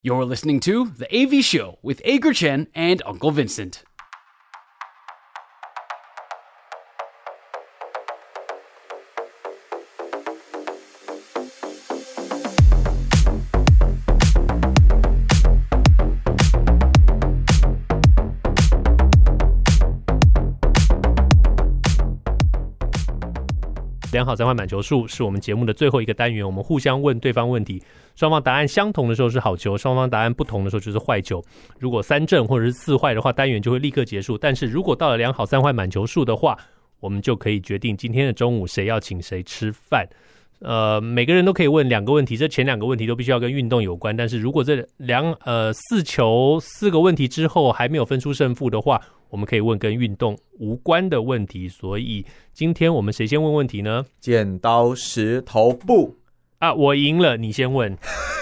You're listening to The AV Show with Ager Chen and Uncle Vincent. 良好3坏满球数是我们节目的最后一个单元，我们互相问对方问题，双方答案相同的时候是好球，双方答案不同的时候就是坏球。如果3正或者是4坏的话，单元就会立刻结束。但是如果到了良好3坏满球数的话，我们就可以决定今天的中午谁要请谁吃饭。每个人都可以问2个问题，这前2个问题都必须要跟运动有关。但是如果这4球4个问题之后还没有分出胜负的话，我们可以问跟运动无关的问题。所以今天我们谁先问问题呢？ 剪刀石头布啊，我赢了，你先问。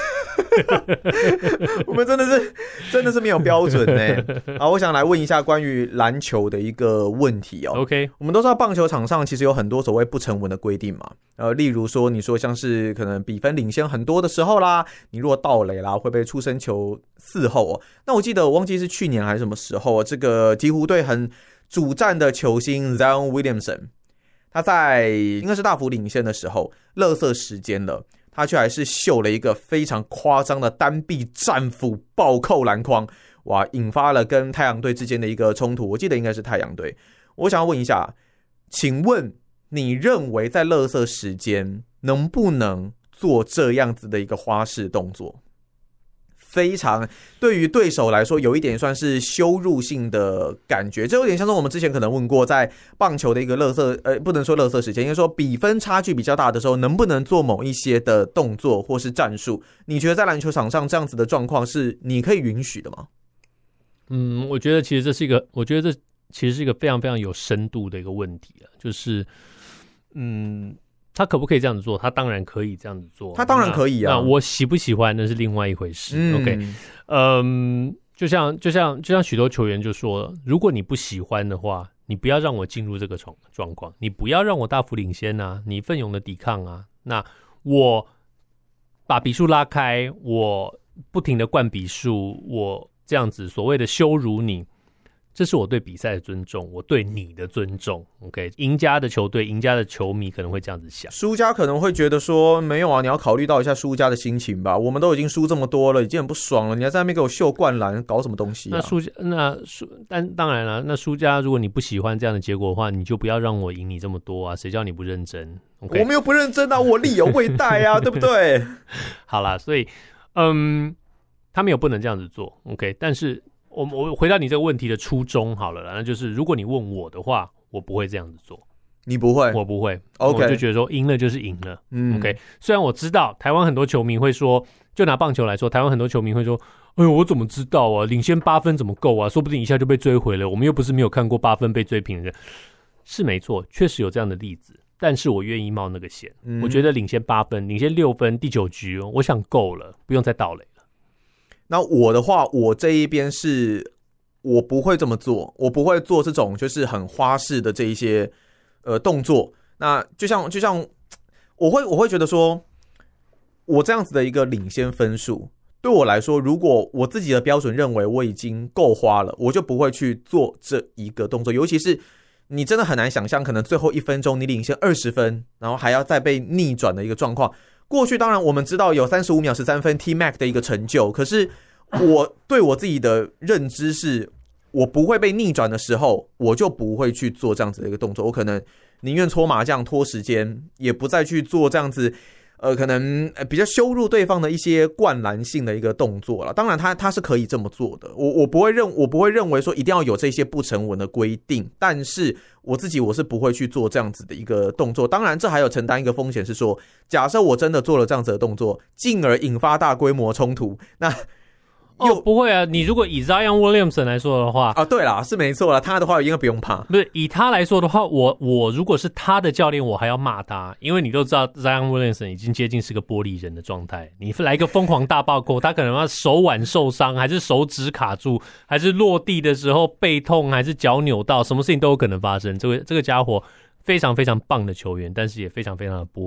我们真的是没有標準呢。好，我想來問一下關於籃球的一個問題哦。 OK， 我們都知道棒球場上其實有很多所謂不成文的規定嘛。例如說，你說像是可能比分領先很多的時候啦，你如果盜壘啦，會被出生球4後哦。那我記得我忘記是去年還是什麼時候，這個鵜鶘隊很主戰的球星 Zion Williamson， 他在應該是大幅領先的時候，垃圾時間了。他卻還是秀了一個非常誇張的單臂戰斧暴扣籃筐，哇，引發了跟太陽隊之間的一個衝突。我記得應該是太陽隊。我想要問一下，請問你認為在垃圾時間能不能做這樣子的一個花式動作？非常對於對手來說有一點算是羞辱性的感覺，這有點像是我們之前可能問過，在棒球的一個垃圾不能說垃圾時間，應該說比分差距比較大的時候，能不能做某一些的動作或是戰術？你覺得在籃球場上這樣子的狀況是你可以允許的嗎？ 我覺得其實這是一個非常非常有深度的一個問題，就是他可不可以這樣子做？他當然可以這樣子做， 他當然可以啊。 那我喜不喜歡那是另外一回事。OK， 就像許多球員就說了，如果你不喜歡的話，你不要讓我進入這個狀況，你不要讓我大幅領先啊，你奮勇的抵抗啊，那我把比數拉開，我不停的灌比數，我這樣子所謂的羞辱你，這是我對比賽的尊重，我對你的尊重。 OK， 贏家的球隊，贏家的球迷可能會這樣子想， 輸家可能會覺得說沒有啊，你要考慮到一下輸家的心情吧，我們都已經輸這麼多了，已經很不爽了，你還在那邊給我秀灌籃，搞什麼東西啊？ 但當然了，那輸家如果你不喜歡這樣的結果的話，你就不要讓我贏你這麼多啊，誰叫你不認真？ OK， 我沒有不認真啊，我力有未逮啊，對不對？ 好啦，所以他沒有不能這樣子做 OK， 但是我回到你這個問題的初衷好了啦，那就是如果你問我的話，我不會這樣子做。 你不會？ 我不會。 OK， 我就覺得說贏了就是贏了。OK， 雖然我知道台灣很多球迷會說，就拿棒球來說，台灣很多球迷會說，哎呦，我怎麼知道啊？領先8分怎麼夠啊？說不定一下就被追回了。我們又不是沒有看過8分被追平的人。是沒錯，確實有這樣的例子，但是我願意冒那個險。我覺得領先8分，領先6分，第9局，我想夠了，不用再盜壘了。 那我的話，我這一邊是我不會這麼做，我不會做這種就是很花式的這一些動作。那就像我會覺得說，我這樣子的一個領先分數，對我來說，如果我自己的標準認為我已經夠花了，我就不會去做這一個動作。尤其是你真的很難想象，可能最後1分鐘你領先20分，然後還要再被逆轉的一個狀況。過去當然我們知道有35秒13分 T-Mac 的一個成就，可是我對我自己的認知是，我不會被逆轉的時候，我就不會去做這樣子的一個動作。我可能寧願搓麻將拖時間，也不再去做這樣子可能比較羞辱對方的一些灌籃性的一個動作了。當然他是可以這麼做的，我不會認為說一定要有這些不成文的規定，但是我是不會去做這樣子的一個動作。當然這還有承擔一個風險是說，假設我真的做了這樣子的動作，進而引發大規模衝突，那不會啊，你如果以 Zion Williamson 來說的話對啦，是沒錯啦，他的話應該不用怕。 不是以他來說的話，我如果是他的教練，我還要罵他，因為你都知道 Zion Williamson 已經接近是個玻璃人的狀態，你來一個瘋狂大暴扣，他可能要手腕受傷，還是手指卡住，還是落地的時候背痛，還是腳扭到，什麼事情都有可能發生。這個家伙非常非常棒的球員，但是也非常非常的玻璃。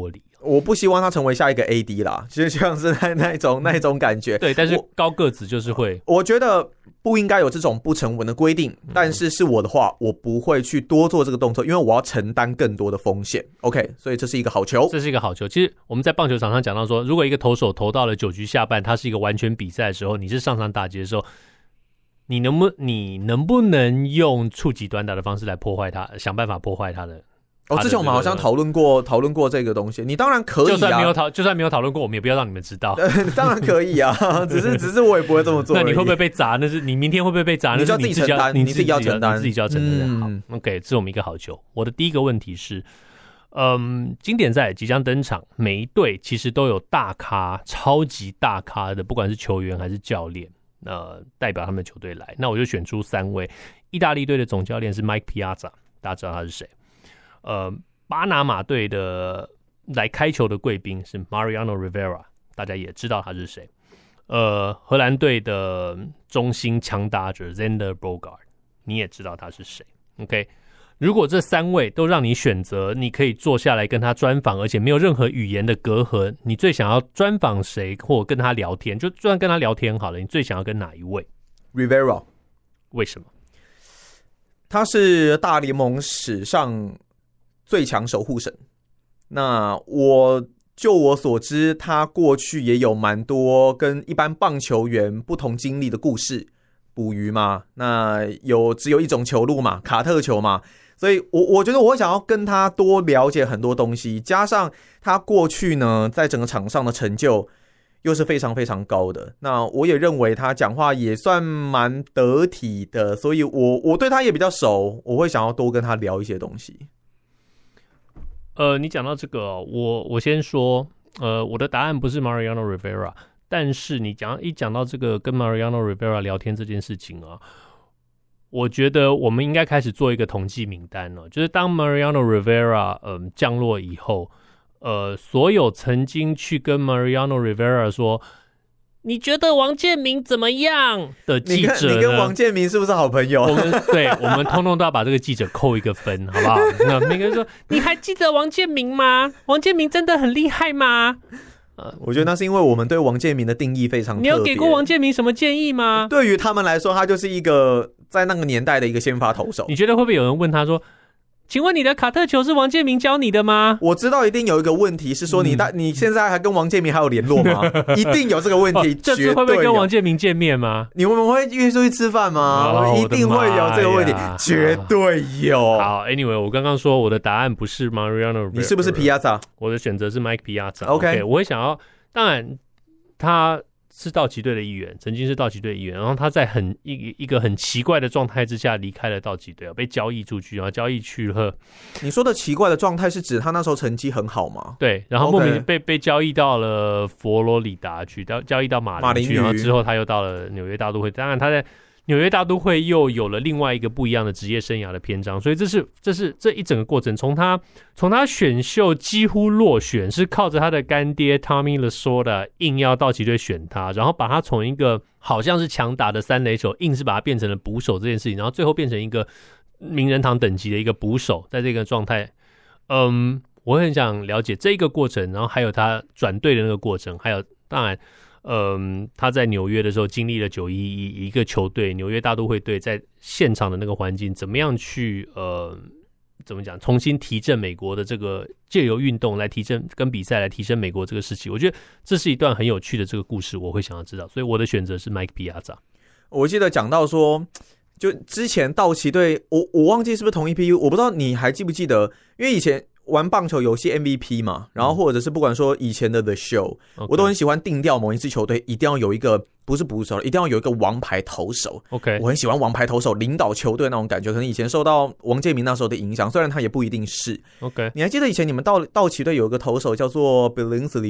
我不希望他成为下一个 AD 啦，就像是那一种感觉。 对，但是高个子就是会， 我觉得不应该有这种不成文的规定，但是我的话，我不会去多做这个动作，因为我要承担更多的风险。OK， 所以这是一个好球， 这是一个好球。其实我们在棒球场上讲到说，如果一个投手投到了9局下半，他是一个完全比赛的时候，你是上场打击的时候，你能不能用触及短打的方式来破坏他，想办法破坏他的？ 之前我们好像讨论过这个东西，你当然可以啊，就算没有讨论过，我们也不要让你们知道。 当然可以啊，只是我也不会这么做。 那你会不会被砸？那是你明天会不会被砸？ 你就要自己承担，你自己要承担， 你自己就要承担。好 ，OK， 这是我们一个好球。我的第一个问题是，经典赛即将登场，每一队其实都有大咖、超级大咖的，不管是球员还是教练，代表他们的球队来。那我就选出3位。意大利队的总教练是 Mike Piazza， 大家知道他是谁？巴拿马队的来开球的贵宾是 Mariano Rivera， 大家也知道他是谁。荷兰队的中心强打者 Xander Bogaerts， 你也知道他是谁。OK， 如果这3位都让你选择，你可以坐下来跟他专访，而且没有任何语言的隔阂，你最想要专访谁或跟他聊天？就算跟他聊天好了，你最想要跟哪一位 ？Rivera， 为什么？ 他是大联盟史上最强守护神。那就我所知，他过去也有蛮多跟一般棒球员不同经历的故事。捕鱼嘛，那只有一种球路嘛，卡特球嘛，所以我觉得我会想要跟他多了解很多东西，加上他过去呢在整个场上的成就又是非常非常高的。那我也认为他讲话也算蛮得体的，所以我对他也比较熟，我会想要多跟他聊一些东西。 你讲到这个，我先说，我的答案不是 Mariano Rivera， 但是你一讲到这个跟 Mariano Rivera 聊天这件事情啊，我觉得我们应该开始做一个统计名单了，就是当 Mariano Rivera 降落以后，所有曾经去跟 Mariano Rivera 说你觉得王建民怎么样的记者呢？ 你跟王建民是不是好朋友？ 我们通通都要把这个记者扣一个分，好不好？那每个人说，你还记得王建民吗？王建民真的很厉害吗？ 我觉得那是因为我们对王建民的定义非常特别。 你有给过王建民什么建议吗？ 对于他们来说，他就是一个在那个年代的一个先发投手。 你觉得会不会有人问他说，请问你的卡特球是王建民教你的吗？ 我知道一定有一个问题是说你现在还跟王建民还有联络吗？一定有这个问题。 这次会不会跟王建民见面吗？ 你们会约出去吃饭吗？一定会有这个问题，绝对有。 好 ，Anyway， 我刚刚说我的答案不是 Mariano， 你是不是 Piazza？ 我的选择是 Mike Piazza。OK， 我会想要，当然他是道奇队的一员，曾经是道奇队的一员，然后他在一个很奇怪的状态之下离开了道奇队，被交易出去，然后交易去了。 你说的奇怪的状态是指他那时候成绩很好吗？ 对，然后莫名被交易到了佛罗里达去，交易到马林去，然后之后他又到了纽约大都会。当然他在纽约大都会又有了另外一个不一样的职业生涯的篇章，所以这一整个过程，从他选秀几乎落选，是靠着他的干爹 Tommy Lasorda 硬要道奇队选他，然后把他从一个好像是强打的三垒手，硬是把他变成了捕手这件事情，然后最后变成一个名人堂等级的一个捕手，在这个状态，我很想了解这个过程，然后还有他转队的那个过程，还有当然。他在纽约的时候经历了911，一个球队纽约大都会队在现场的那个环境，怎么样去怎么讲，重新提振美国的这个借由运动来提振跟比赛来提升美国这个士气，我觉得这是一段很有趣的这个故事，我会想要知道，所以我的选择是 Mike Piazza。 我记得讲到说，就之前道奇队，我忘记是不是同一批，我不知道你还记不记得，因为以前玩棒球游戏 MVP 嘛，然后或者是不管说以前的 The Show，我都很喜欢定调某一支球队一定要有一个不是捕手，一定要有一个王牌投手。 OK， 我很喜欢王牌投手领导球队那种感觉，可能以前受到王建民那时候的影响，虽然他也不一定是。 OK， 你还记得以前你们道奇队有一个投手叫做 Billingsley 吗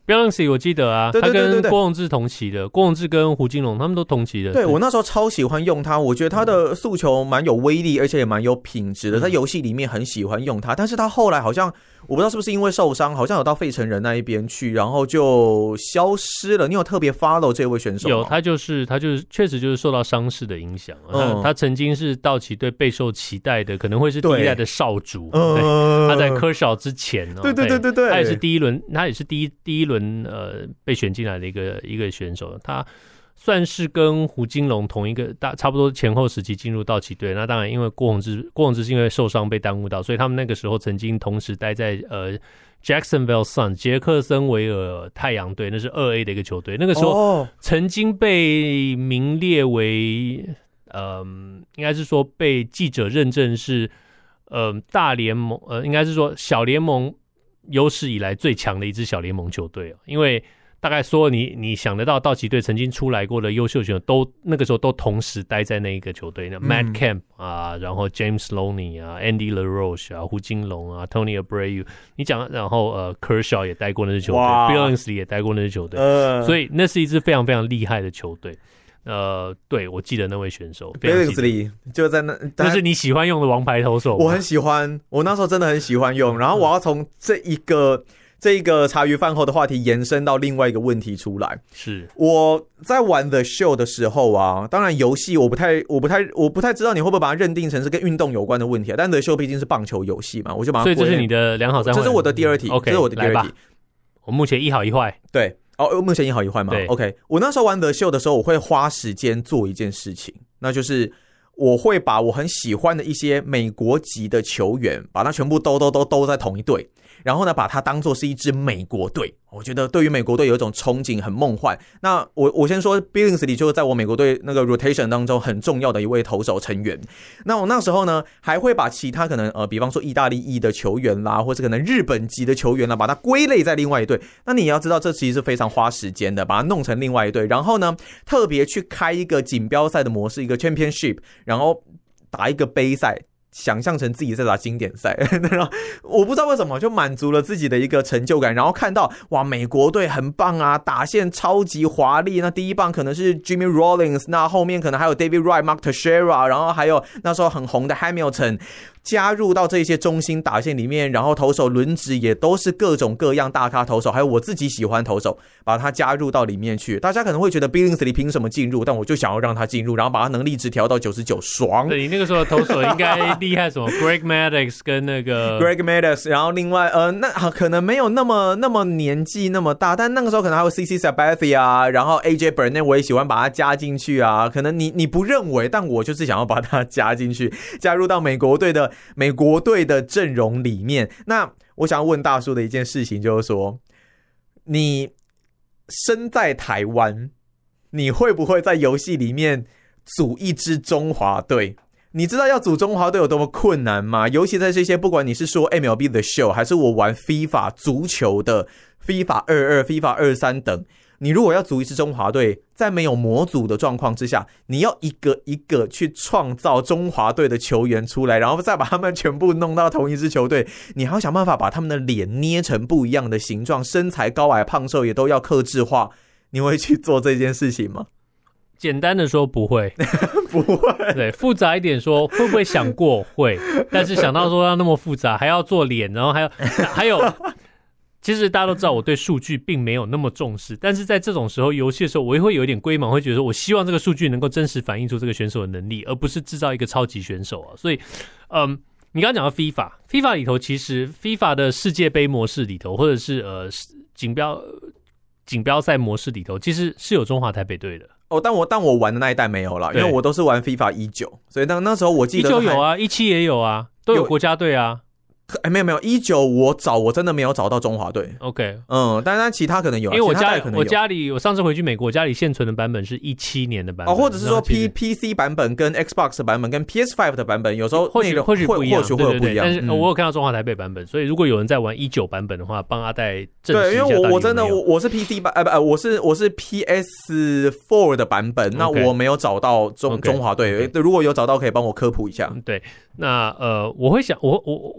Billingsley 我记得啊， 对对对对对， 他跟郭泓志同期的，郭泓志跟胡金龙他们都同期的。 对，我那时候超喜欢用他，我觉得他的诉求蛮有威力，而且也蛮有品质的，在游戏里面很喜欢用他，但是他后来好像我不知道是不是因为受伤，好像有到费城人那一边去，然后就消失了。你有特别 follow 这位选手吗？ 有，他就是确实就是受到伤势的影响。他曾经是道奇队备受期待的，可能会是第一代的少主。他在科绍之前， 对， 他也是第一轮，第一轮被选进来的一个选手。他算是跟胡金龙同一个差不多前后时期进入道奇队。那当然，因为郭泓志是因为受伤被耽误到，所以他们那个时候曾经同时待在Jacksonville Sun 杰克森维尔太阳队，那是2A 的一个球队。那个时候曾经被名列为应该是说被记者认证是大联盟应该是说小联盟有史以来最强的一支小联盟球队。因为大概说你想得到道奇队曾经出来过的优秀选手都那个时候都同时待在那一个球队，Matt Kemp 啊，然后 James Loney 啊 ，Andy LaRoche 啊，胡金龙啊 ，Tony Abreu， 你讲，然后Kershaw 也待过那支球队 ，Billingsley 也待过那支球队，所以那是一支非常非常厉害的球队。对，我记得那位选手 Billingsley 就在那是你喜欢用的王牌投手吗？ 我很喜欢，我那时候真的很喜欢用。然后我要从这一个茶余饭后的话题延伸到另外一个问题出来。 是我在玩 The Show 的时候啊，当然游戏我不太知道你会不会把它认定成是跟运动有关的问题啊。但 The Show 毕竟是棒球游戏嘛，我就把它。 所以这是你的良好3坏， 这是我的第二题。 OK， 这是我的第二题。 我目前1好1坏。 对，目前1好1坏嘛。OK， 我那时候玩 The Show 的时候，我会花时间做一件事情，那就是我会把我很喜欢的一些美国籍的球员，把它全部都在同一队。然后呢，把它当作是一支美国队，我觉得对于美国队有一种憧憬，很梦幻。那我先说 Billingsley 就是在我美国队那个 rotation 当中很重要的一位投手成员。那我那时候呢，还会把其他可能比方说意大利裔的球员啦，或者可能日本籍的球员啦，把它归类在另外一队。那你也要知道，这其实是非常花时间的，把它弄成另外一队。然后呢，特别去开一个锦标赛的模式，一个 championship， 然后打一个杯赛。想象成自己在打经典赛，然后我不知道为什么就满足了自己的一个成就感，然后看到哇美国队很棒啊，打线超级华丽，那第一棒可能是 Jimmy Rollins， 那后面可能还有 David Wright、Mark Teixeira， 然后还有那时候很红的 Hamilton 加入到这些中心打线里面，然后投手轮值也都是各种各样大咖投手，还有我自己喜欢投手，把他加入到里面去。大家可能会觉得 Billingsley 凭什么进入，但我就想要让他进入，然后把他能力值调到99，爽。 对，你那个时候的投手应该厉害什么Greg Maddux 跟那个 Greg Maddux， 然后另外那可能没有那么年纪那么大，但那个时候可能还有 CC Sabathia 啊，然后 AJ Burnett 我也喜欢把他加进去啊。可能你不认为，但我就是想要把他加进去，加入到美国队的阵容里面。那我想要问大叔的一件事情就是说，你身在台湾，你会不会在游戏里面组一支中华队？你知道要组中华队有多么困难吗？尤其在这些不管你是说 MLB The Show 还是我玩 FIFA 足球的 FIFA 22、FIFA 23等，你如果要组一支中华队，在没有模组的状况之下，你要一个一个去创造中华队的球员出来，然后再把他们全部弄到同一支球队，你还要想办法把他们的脸捏成不一样的形状，身材高矮胖瘦也都要客制化。你会去做这件事情吗？ 简单的说不会不会。 对，复杂一点说会不会想过会，但是想到说要那么复杂，还要做脸，然后还有其实大家都知道我对数据并没有那么重视，但是在这种时候游戏的时候，我也会有一点龟毛，会觉得说我希望这个数据能够真实反映出这个选手的能力，而不是制造一个超级选手啊。所以你刚刚讲到 FIFA 里头，其实 FIFA 的世界杯模式里头，或者是锦标赛模式里头，其实是有中华台北队的。 但我玩的那一代没有啦，因为我都是玩 FIFA 19，所以那时候我记得 19有啊，17也有啊，都有国家队啊。 没有19我真的没有找到中华队。 OK， 但是其他可能有， 因为我家里我上次回去美国，家里现存的版本是17年的版本， 或者是说 PC 版本跟 Xbox 的版本跟 PS5 的版本，有时候或许不一样， 或许会有不一样。 但是我有看到中华台北版本，所以如果有人在玩19版本的话，帮阿戴证实一下。 对，因为我真的我是 PC 版我是 PS4 的版本，那我没有找到中华队。如果有找到，可以帮我科普一下。 对，那我会想我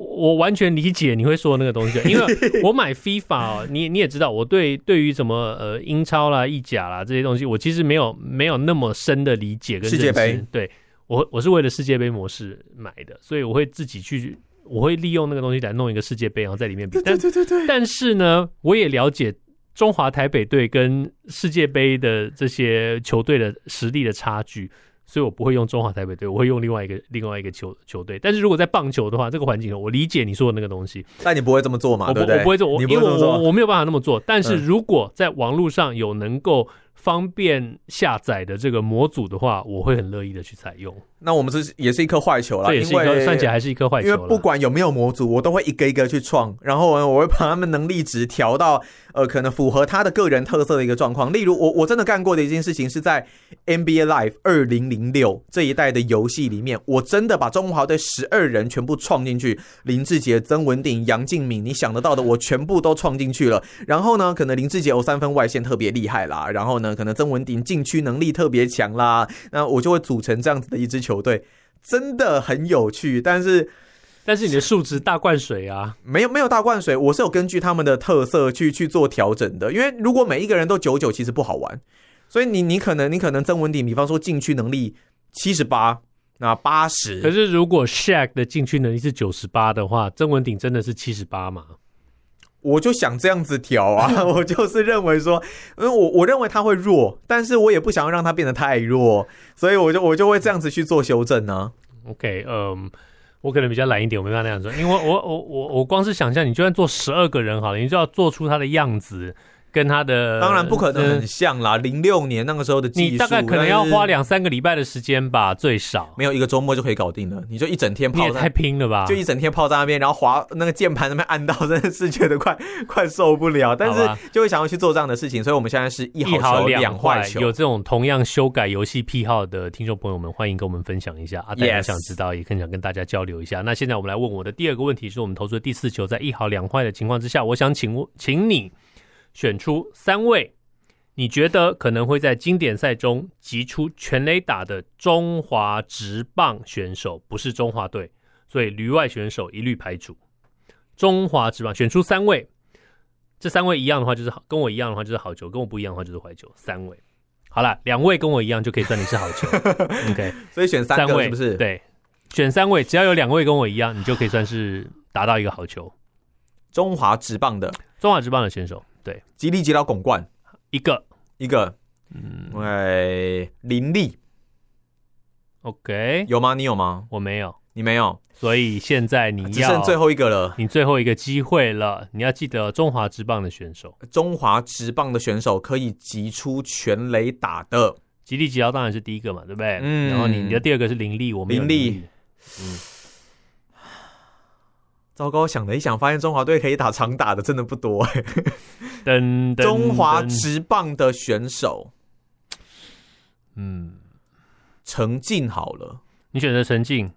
完全理解你会说的那个东西，因为我买 FIFA 哦，你也知道，我对于什么英超啦、意甲啦这些东西，我其实没有那么深的理解跟认识。世界杯，对，我是为了世界杯模式买的，所以我会自己去，我会利用那个东西来弄一个世界杯，然后在里面比。对。但是呢，我也了解中华台北队跟世界杯的这些球队的实力的差距。所以我不会用中华台北队，我会用另外一个球队。但是如果在棒球的话，这个环境我理解你说的那个东西， 但你不会这么做嘛？对不对？ 我不会做，因为我没有办法那么做。但是如果在网络上有能够方便下载的这个模组的话，我会很乐意的去采用。 那我们也是一颗坏球啦， 这也是算起来还是一颗坏球啦。 因为不管有没有模组，我都会一个一个去创，然后我会把他们能力值调到可能符合他的个人特色的一个状况。例如我真的干过的一件事情是在 NBA Live 2006这一代的游戏里面，我真的把中华队12人全部创进去，林志杰、曾文鼎、杨敬敏，你想得到的我全部都创进去了。然后呢，可能林志杰3分外线特别厉害啦，然后呢，可能曾文鼎禁区能力特别强啦，那我就会组成这样子的一支球队，真的很有趣。但是你的数值大灌水啊， 没有大灌水，我是有根据他们的特色去做调整的。因为如果每一个人都99，其实不好玩。所以你可能曾文鼎，比方说禁区能力78，那80。 可是如果 Shaq 的禁区能力是98的话，曾文鼎真的是78嘛？ 我就想这样子调啊，我就是认为说，因为我认为他会弱，但是我也不想要让他变得太弱，所以我就会这样子去做修正呢。 OK， 我可能比较懒一点，我没办法那样说，因为我光是想象，你就算做12个人好了，你就要做出他的样子。跟他的当然不可能很像啦，06年那个时候的技术， 你大概可能要花2-3个礼拜的时间吧，最少没有1个周末就可以搞定了。你就一整天泡在， 你也太拼了吧！ 就一整天泡在那边，然后滑那个键盘那边按到，真的是觉得快受不了。但是就会想要去做这样的事情，所以我们现在是一好球2坏球。 有这种同样修改游戏癖好的听众朋友们，欢迎跟我们分享一下。大家想知道，也很想跟大家交流一下。那现在我们来问我的第二个问题，是我们投出的第4球，在1好2坏的情况之下，我想请你选出3位你觉得可能会在经典赛中击出全垒打的中华职棒选手，不是中华队，所以旅外选手一律排除。中华职棒选出3位，这3位一样的话就是跟我一样的话就是好球，跟我不一样的话就是坏球。3位好了，2位跟我一样就可以算你是好球。OK， 所以选3个是不是？ 对，选3位，只要有2位跟我一样，你就可以算是达到一个好球。 中华职棒的选手。对， 吉利吉劳拱冠一个， 林立 ，OK， 有吗？你有吗？ 我没有， 你没有， 所以现在你要只剩最后一个了， 你最后一个机会了，你要记得中华职棒的选手， 可以击出全垒打的， 吉利吉劳当然是第一个嘛，对不对？然后你的第二个是林立，我没有林立， 糟糕，想了一想，发现中华队可以打长打的真的不多中华职棒的选手，陈进好了， 你选择陈进，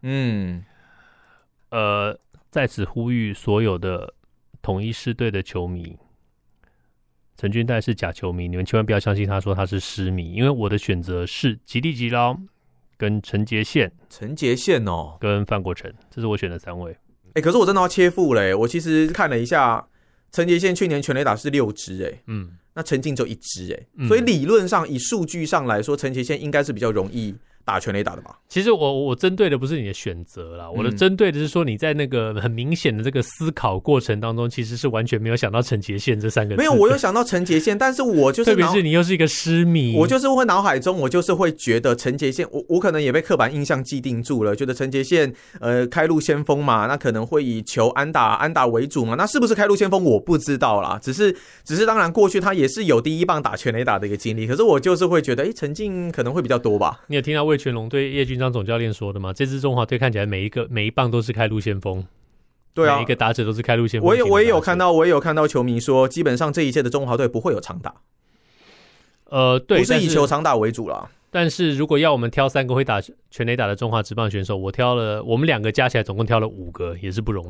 在此呼吁所有的统一狮队的球迷，陈俊泰是假球迷，你们千万不要相信他说他是狮迷，因为我的选择是吉利吉劳跟陈杰宪哦，跟范国成，这是我选的3位。 可是我真的要切腹了我其实看了一下，陈杰宪去年全垒打是6支那陈进就1支所以理论上以数据上来说，陈杰宪应该是比较容易打全垒打的吧？ 其实我针对的不是你的选择啦，我的针对的是说你在那个很明显的这个思考过程当中，其实是完全没有想到陈杰宪这3个字。 没有，我有想到陈杰宪，但是我就是特别是你又是一个狮迷， 我就是会脑海中我就是会觉得陈杰宪，我可能也被刻板印象既定住了，觉得陈杰宪开路先锋嘛，那可能会以求安打为主嘛，那是不是开路先锋我不知道啦，只是当然过去他也是有第一棒打全垒打的一个经历，可是我就是会觉得陈进可能会比较多吧。 你有听到味全龙队叶军章总教练说的吗？这支中华队看起来每一棒都是开路先锋， 对啊， 每一个打者都是开路先锋。 我也有看到球迷说，基本上这一届的中华队不会有长打， 对， 不是以求长打为主啦。 但是如果要我们挑3个会打全垒打的中华职棒选手，我们2个加起来总共挑了5个，也是不容易。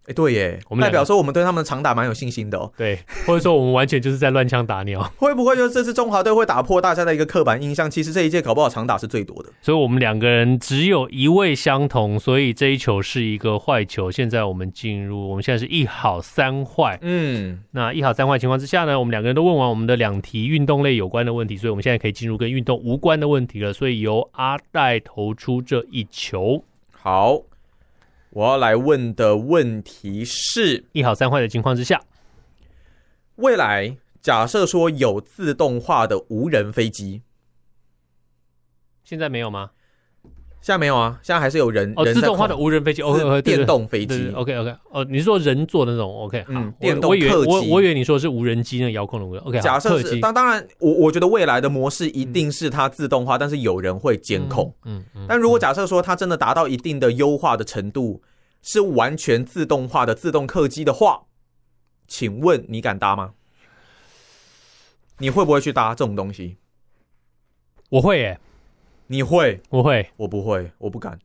对耶，代表说我们对他们的长打蛮有信心的哦。 对，或者说我们完全就是在乱枪打鸟。 会不会就这次中华队会打破大家的一个刻板印象？其实这一届搞不好长打是最多的。 所以我们两个人只有一位相同，所以这一球是一个坏球。现在我们现在是1好3坏。那1好3坏情况之下呢，我们两个人都问完我们的2题运动类有关的问题，所以我们现在可以进入跟运动无关的问题了。所以由阿戴投出这一球。 好。我要来问的问题是 1好3坏的情况之下， 未来假设说有自动化的无人飞机， 现在没有吗？ 现在没有啊，现在还是有人自动化的无人飞机， 电动飞机 ，OK， 你是说人做的那种 ，OK， 电动客机， 我以为你说的是无人机那个遥控的无人 ，OK， 假设是当然，我觉得未来的模式一定是它自动化，但是有人会监控，但如果假设说它真的达到一定的优化的程度，是完全自动化的自动客机的话，请问你敢搭吗？你会不会去搭这种东西？ 我会耶。 你会？ 我会。 我不会，我不敢。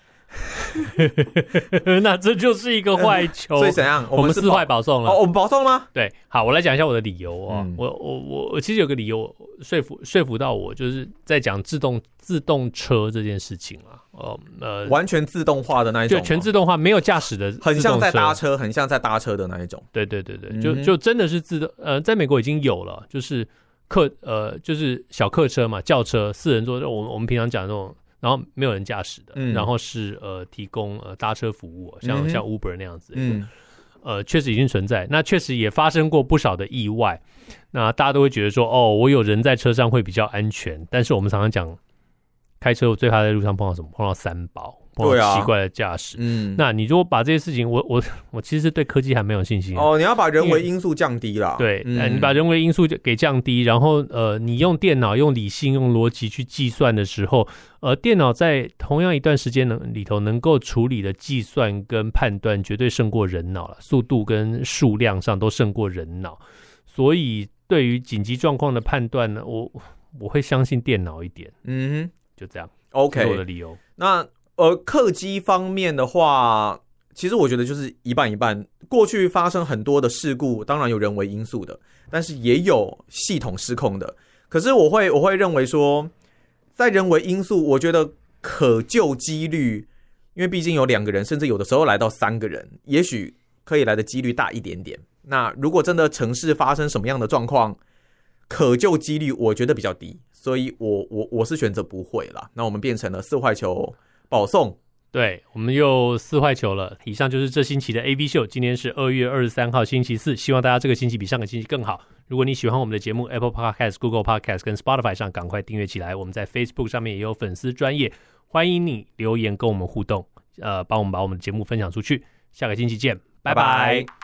那这就是一个坏球。 所以怎样？ 我们4坏保送了。 我们保送了吗？ 对，好，我来讲一下我的理由哦。我其实有个理由说服到我，就是在讲自动车这件事情啊。 完全自动化的那一种， 就全自动化，没有驾驶的， 很像在搭车，很像在搭车的那一种。 对，就真的是自动。在美国已经有了，就是就是小客车嘛，轿车4人座，我们平常讲的那种，然后没有人驾驶的，然后是提供搭车服务，像 Uber 那样子。确实已经存在，那确实也发生过不少的意外。那大家都会觉得说，我有人在车上会比较安全，但是我们常常讲，开车我最怕在路上碰到什么？碰到3宝。碰到奇怪的驾驶。那你如果把这些事情，我其实对科技还没有信心。 你要把人为因素降低啦。 对，你把人为因素给降低，然后你用电脑、用理性、用逻辑去计算的时候，电脑在同样一段时间里头能够处理的计算跟判断，绝对胜过人脑了，速度跟数量上都胜过人脑。所以对于紧急状况的判断呢，我会相信电脑一点。就这样。 OK， 这是我的理由。 那客机方面的话，其实我觉得就是一半一半。过去发生很多的事故，当然有人为因素的，但是也有系统失控的。可是我会认为说，在人为因素，我觉得可救几率，因为毕竟有2个人，甚至有的时候来到3个人，也许可以来的几率大一点点。那如果真的城市发生什么样的状况，可救几率我觉得比较低，所以我是选择不会啦。那我们变成了4坏球保送。 对，我们又4坏球了。以上就是这星期的 AV 秀，今天是2月23号星期四，希望大家这个星期比上个星期更好。如果你喜欢我们的节目 Apple Podcast、Google Podcast 跟 Spotify 上赶快订阅起来。我们在 Facebook 上面也有粉丝专页，欢迎你留言跟我们互动，帮我们把我们的节目分享出去。下个星期见，拜拜。